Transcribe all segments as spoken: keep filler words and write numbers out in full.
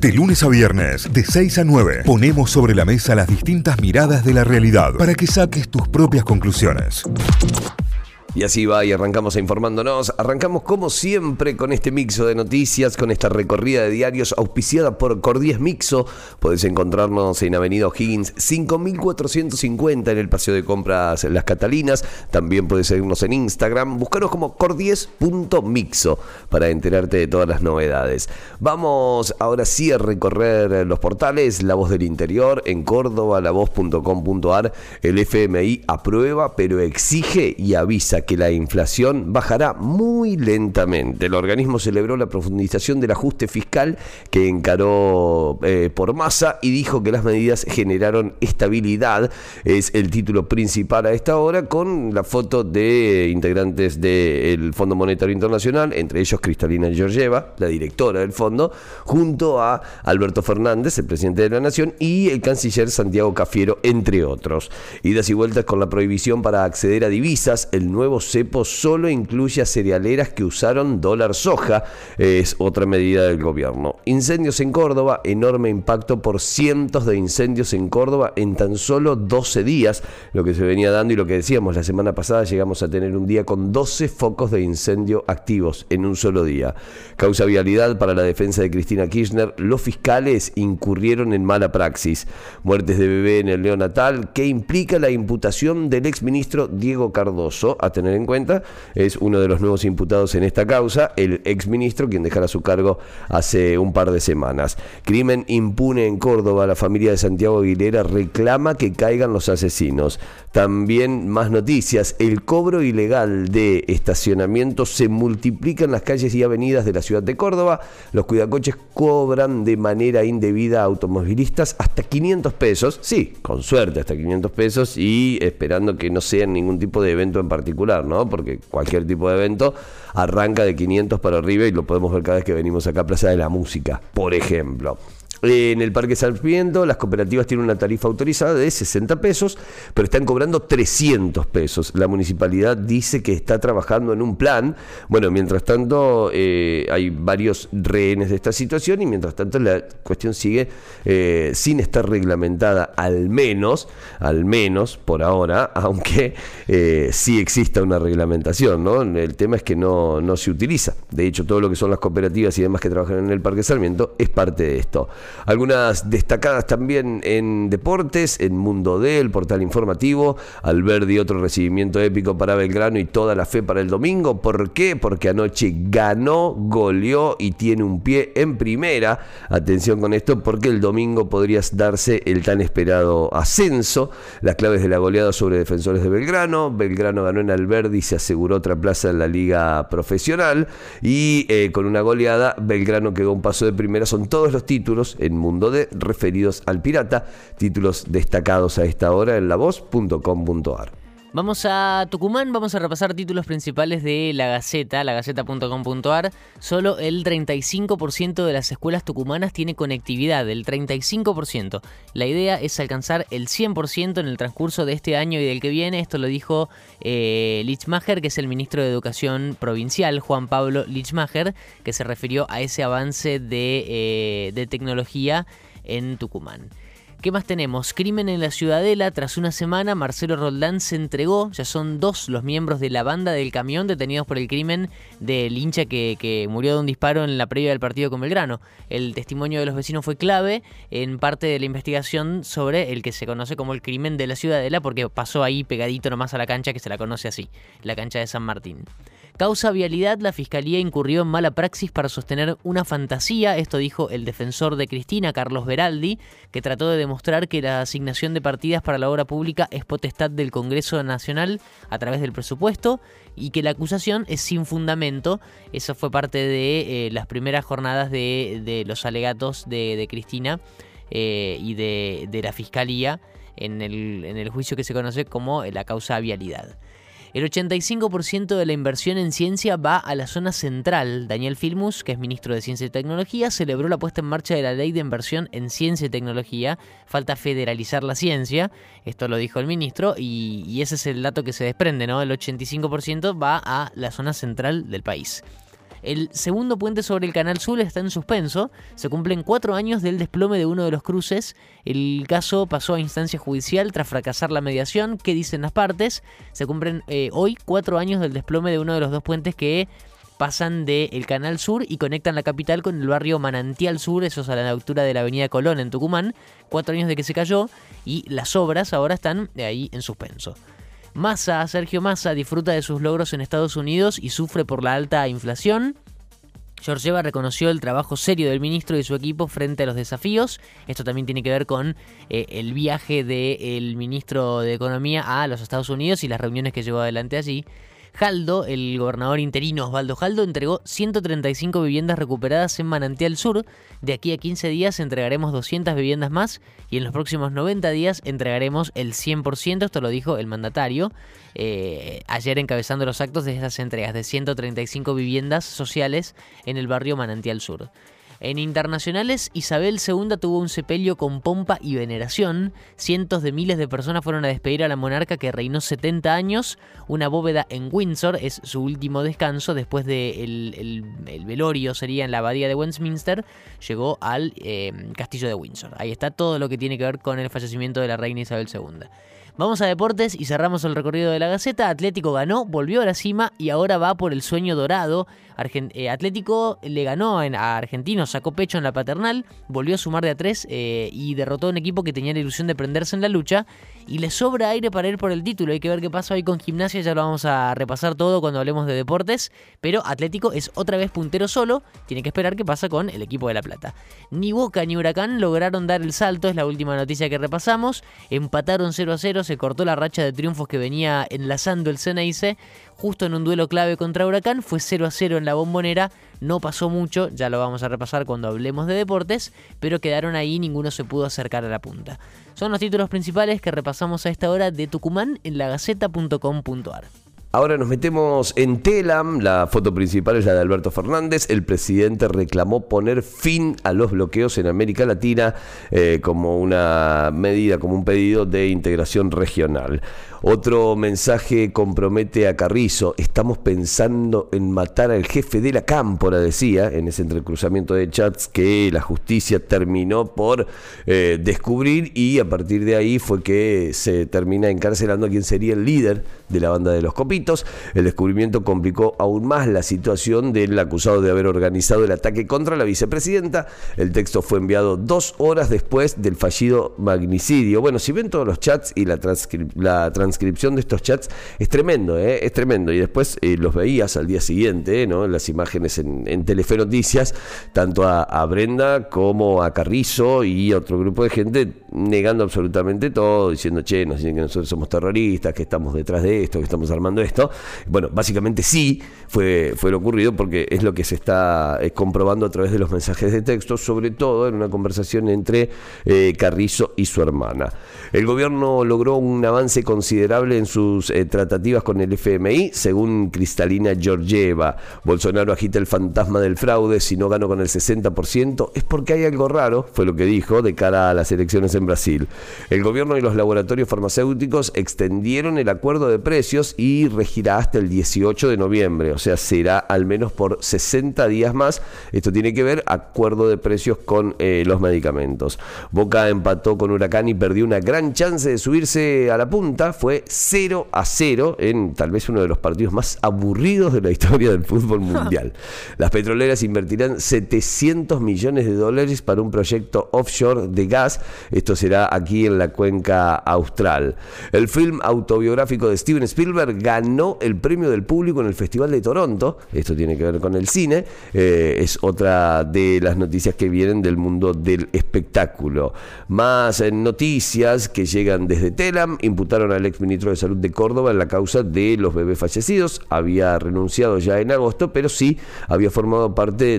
De lunes a viernes, de seis a nueve, ponemos sobre la mesa las distintas miradas de la realidad para que saques tus propias conclusiones. Y así va, y arrancamos a informándonos. Arrancamos como siempre con este mixo de noticias, con esta recorrida de diarios auspiciada por Cordies Mixo. Podés encontrarnos en Avenida O'Higgins cinco mil cuatrocientos cincuenta en el Paseo de Compras Las Catalinas. También podés seguirnos en Instagram. Búscanos como cordies punto mixo para enterarte de todas las novedades. Vamos ahora sí a recorrer los portales. La Voz del Interior en Córdoba, la voz punto com punto ar. El F M I aprueba, pero exige y avisa que la inflación bajará muy lentamente. El organismo celebró la profundización del ajuste fiscal que encaró eh, por Massa y dijo que las medidas generaron estabilidad. Es el título principal a esta hora, con la foto de integrantes del Fondo Monetario Internacional, entre ellos Cristalina Georgieva, la directora del fondo, junto a Alberto Fernández, el presidente de la Nación, y el canciller Santiago Cafiero, entre otros. Idas y vueltas con la prohibición para acceder a divisas. El nuevo cepo solo incluye a cerealeras que usaron dólar soja, es otra medida del gobierno. Incendios en Córdoba, enorme impacto por cientos de incendios en Córdoba en tan solo doce días, lo que se venía dando y lo que decíamos la semana pasada, llegamos a tener un día con doce focos de incendio activos en un solo día. Causa vialidad para la defensa de Cristina Kirchner, los fiscales incurrieron en mala praxis. Muertes de bebé en el neonatal, que implica la imputación del exministro Diego Cardoso, a tener en cuenta, es uno de los nuevos imputados en esta causa, el exministro, quien dejará su cargo hace un par de semanas. Crimen impune en Córdoba, la familia de Santiago Aguilera reclama que caigan los asesinos. También más noticias, el cobro ilegal de estacionamiento se multiplica en las calles y avenidas de la ciudad de Córdoba. Los cuidacoches cobran de manera indebida a automovilistas hasta quinientos pesos, sí, con suerte hasta quinientos pesos, y esperando que no sea ningún tipo de evento en particular, ¿no? Porque cualquier tipo de evento arranca de quinientos para arriba y lo podemos ver cada vez que venimos acá a Plaza de la Música, por ejemplo. En el Parque Sarmiento, las cooperativas tienen una tarifa autorizada de sesenta pesos, pero están cobrando trescientos pesos. La municipalidad dice que está trabajando en un plan. Bueno, mientras tanto, eh, hay varios rehenes de esta situación y mientras tanto la cuestión sigue eh, sin estar reglamentada, al menos, al menos por ahora, aunque eh, sí exista una reglamentación, ¿no? El tema es que no, no se utiliza. De hecho, todo lo que son las cooperativas y demás que trabajan en el Parque Sarmiento es parte de esto. Algunas destacadas también en deportes, en Mundo D, el portal informativo. Alberdi, otro recibimiento épico para Belgrano y toda la fe para el domingo. ¿Por qué? Porque anoche ganó, goleó y tiene un pie en primera. Atención con esto, porque el domingo podría darse el tan esperado ascenso. Las claves de la goleada sobre Defensores de Belgrano. Belgrano ganó en Alberdi y se aseguró otra plaza en la liga profesional. Y eh, con una goleada, Belgrano quedó un paso de primera. Son todos los títulos en Mundo D referidos al Pirata, títulos destacados a esta hora en la voz punto com punto ar. Vamos a Tucumán, vamos a repasar títulos principales de La Gaceta, la gaceta punto com punto ar. Solo el treinta y cinco por ciento de las escuelas tucumanas tiene conectividad, el treinta y cinco por ciento. La idea es alcanzar el cien por ciento en el transcurso de este año y del que viene. Esto lo dijo eh, Lichmacher, que es el ministro de Educación provincial, Juan Pablo Lichmacher, que se refirió a ese avance de, eh, de tecnología en Tucumán. ¿Qué más tenemos? Crimen en la Ciudadela. Tras una semana, Marcelo Roldán se entregó. Ya son dos los miembros de la banda del camión detenidos por el crimen del hincha que, que murió de un disparo en la previa del partido con Belgrano. El testimonio de los vecinos fue clave en parte de la investigación sobre el que se conoce como el crimen de la Ciudadela, porque pasó ahí pegadito nomás a la cancha, que se la conoce así, la cancha de San Martín. Causa vialidad, la Fiscalía incurrió en mala praxis para sostener una fantasía. Esto dijo el defensor de Cristina, Carlos Beraldi, que trató de demostrar que la asignación de partidas para la obra pública es potestad del Congreso Nacional a través del presupuesto y que la acusación es sin fundamento. Eso fue parte de eh, las primeras jornadas de, de los alegatos de, de Cristina eh, y de, de la Fiscalía en el, en el juicio que se conoce como la causa vialidad. El ochenta y cinco por ciento de la inversión en ciencia va a la zona central. Daniel Filmus, que es ministro de Ciencia y Tecnología, celebró la puesta en marcha de la ley de inversión en ciencia y tecnología. Falta federalizar la ciencia, esto lo dijo el ministro, y, y ese es el dato que se desprende, ¿no? El ochenta y cinco por ciento va a la zona central del país. El segundo puente sobre el Canal Sur está en suspenso. Se cumplen cuatro años del desplome de uno de los cruces. El caso pasó a instancia judicial tras fracasar la mediación. ¿Qué dicen las partes? Se cumplen eh, hoy cuatro años del desplome de uno de los dos puentes que pasan del Canal Sur y conectan la capital con el barrio Manantial Sur, eso es a la altura de la avenida Colón en Tucumán. Cuatro años de que se cayó y las obras ahora están de ahí en suspenso. Massa, Sergio Massa, disfruta de sus logros en Estados Unidos y sufre por la alta inflación. Georgieva reconoció el trabajo serio del ministro y su equipo frente a los desafíos. Esto también tiene que ver con eh, el viaje del ministro de Economía a los Estados Unidos y las reuniones que llevó adelante allí. Jaldo, el gobernador interino Osvaldo Jaldo, entregó ciento treinta y cinco viviendas recuperadas en Manantial Sur. De aquí a quince días entregaremos doscientas viviendas más y en los próximos noventa días entregaremos el cien por ciento. Esto lo dijo el mandatario eh, ayer encabezando los actos de esas entregas de ciento treinta y cinco viviendas sociales en el barrio Manantial Sur. En internacionales, Isabel segunda tuvo un sepelio con pompa y veneración. Cientos de miles de personas fueron a despedir a la monarca que reinó setenta años. Una bóveda en Windsor es su último descanso después del de el, el velorio, sería en la abadía de Westminster. Llegó al eh, castillo de Windsor. Ahí está todo lo que tiene que ver con el fallecimiento de la reina Isabel segunda. Vamos a deportes y cerramos el recorrido de la Gaceta. Atlético ganó, volvió a la cima y ahora va por el sueño dorado. Argent- eh, Atlético le ganó en, a Argentinos, sacó pecho en la Paternal, volvió a sumar de a tres eh, y derrotó a un equipo que tenía la ilusión de prenderse en la lucha y le sobra aire para ir por el título. Hay que ver qué pasa hoy con Gimnasia, ya lo vamos a repasar todo cuando hablemos de deportes, pero Atlético es otra vez puntero solo, tiene que esperar qué pasa con el equipo de La Plata. Ni Boca ni Huracán lograron dar el salto, es la última noticia que repasamos, empataron cero a cero, se cortó la racha de triunfos que venía enlazando el Ceneice, justo en un duelo clave contra Huracán, fue cero a cero en la Bombonera, no pasó mucho, ya lo vamos a repasar cuando hablemos de deportes, pero quedaron ahí, ninguno se pudo acercar a la punta. Son los títulos principales que repasamos a esta hora de Tucumán en la gaceta punto com punto ar. Ahora nos metemos en Telam, la foto principal es la de Alberto Fernández. El presidente reclamó poner fin a los bloqueos en América Latina eh, como una medida, como un pedido de integración regional. Otro mensaje compromete a Carrizo. Estamos pensando en matar al jefe de la Cámpora, decía, en ese entrecruzamiento de chats que la justicia terminó por eh, descubrir y a partir de ahí fue que se termina encarcelando a quien sería el líder de la banda de los Copitos. El descubrimiento complicó aún más la situación del acusado de haber organizado el ataque contra la vicepresidenta. El texto fue enviado dos horas después del fallido magnicidio. Bueno, si ven todos los chats y la, transcri- la transcripción de estos chats, es tremendo, ¿eh? Es tremendo. Y después eh, los veías al día siguiente, ¿no? Las imágenes en, en Telefe Noticias, tanto a, a Brenda como a Carrizo y otro grupo de gente negando absolutamente todo, diciendo, che, nos dicen que nosotros somos terroristas, que estamos detrás de esto, que estamos armando esto. Bueno, básicamente sí fue, fue lo ocurrido porque es lo que se está eh, comprobando a través de los mensajes de texto, sobre todo en una conversación entre eh, Carrizo y su hermana. El gobierno logró un avance considerable en sus eh, tratativas con el F M I, según Cristalina Georgieva. Bolsonaro agita el fantasma del fraude, si no gano con el sesenta por ciento es porque hay algo raro, fue lo que dijo, de cara a las elecciones en Brasil. El gobierno y los laboratorios farmacéuticos extendieron el acuerdo de precios y regirá hasta el dieciocho de noviembre, o sea, será al menos por sesenta días más. Esto tiene que ver acuerdo de precios con eh, los medicamentos. Boca empató con Huracán y perdió una gran chance de subirse a la punta. Fue cero a cero en tal vez uno de los partidos más aburridos de la historia del fútbol mundial. Las petroleras invertirán setecientos millones de dólares para un proyecto offshore de gas. Esto será aquí en la cuenca austral. El film autobiográfico de Steven Spielberg ganó el premio del público en el Festival de Toronto. Esto tiene que ver con el cine. Eh, es otra de las noticias que vienen del mundo del espectáculo. Más eh, noticias que llegan desde Telam. Imputaron al exministro de Salud de Córdoba en la causa de los bebés fallecidos. Había renunciado ya en agosto, pero sí había formado parte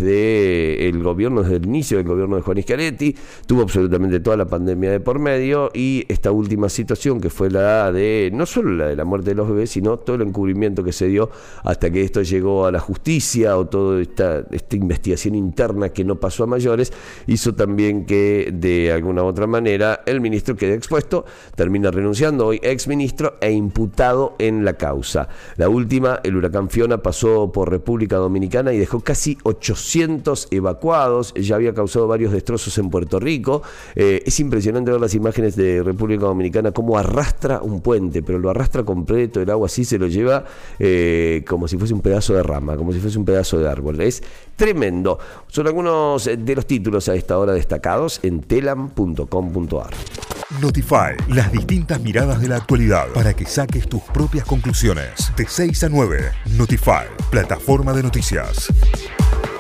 desde el gobierno, desde el inicio del gobierno de Juan Schiaretti. Tuvo absolutamente toda la pandemia de por medio y esta última situación que fue la de, no solo la de la muerte de los bebés, sino todo el encubrimiento que se dio hasta que esto llegó a la justicia, o toda esta, esta investigación interna que no pasó a mayores, hizo también que de alguna u otra manera el ministro quede expuesto, termina renunciando, hoy exministro e imputado en la causa. La última, el huracán Fiona, pasó por República Dominicana y dejó casi ochocientos evacuados, ya había causado varios destrozos en Puerto Rico. Eh, es impresionante ver las imágenes de República Dominicana, cómo arrastra un puente, pero lo arrastra completo, el agua así se lo lleva eh, como si fuese un pedazo de rama, como si fuese un pedazo de árbol. Es tremendo. Son algunos de los títulos a esta hora destacados en telam punto com punto ar. Notify, las distintas miradas de la actualidad para que saques tus propias conclusiones. De seis a nueve, Notify, plataforma de noticias.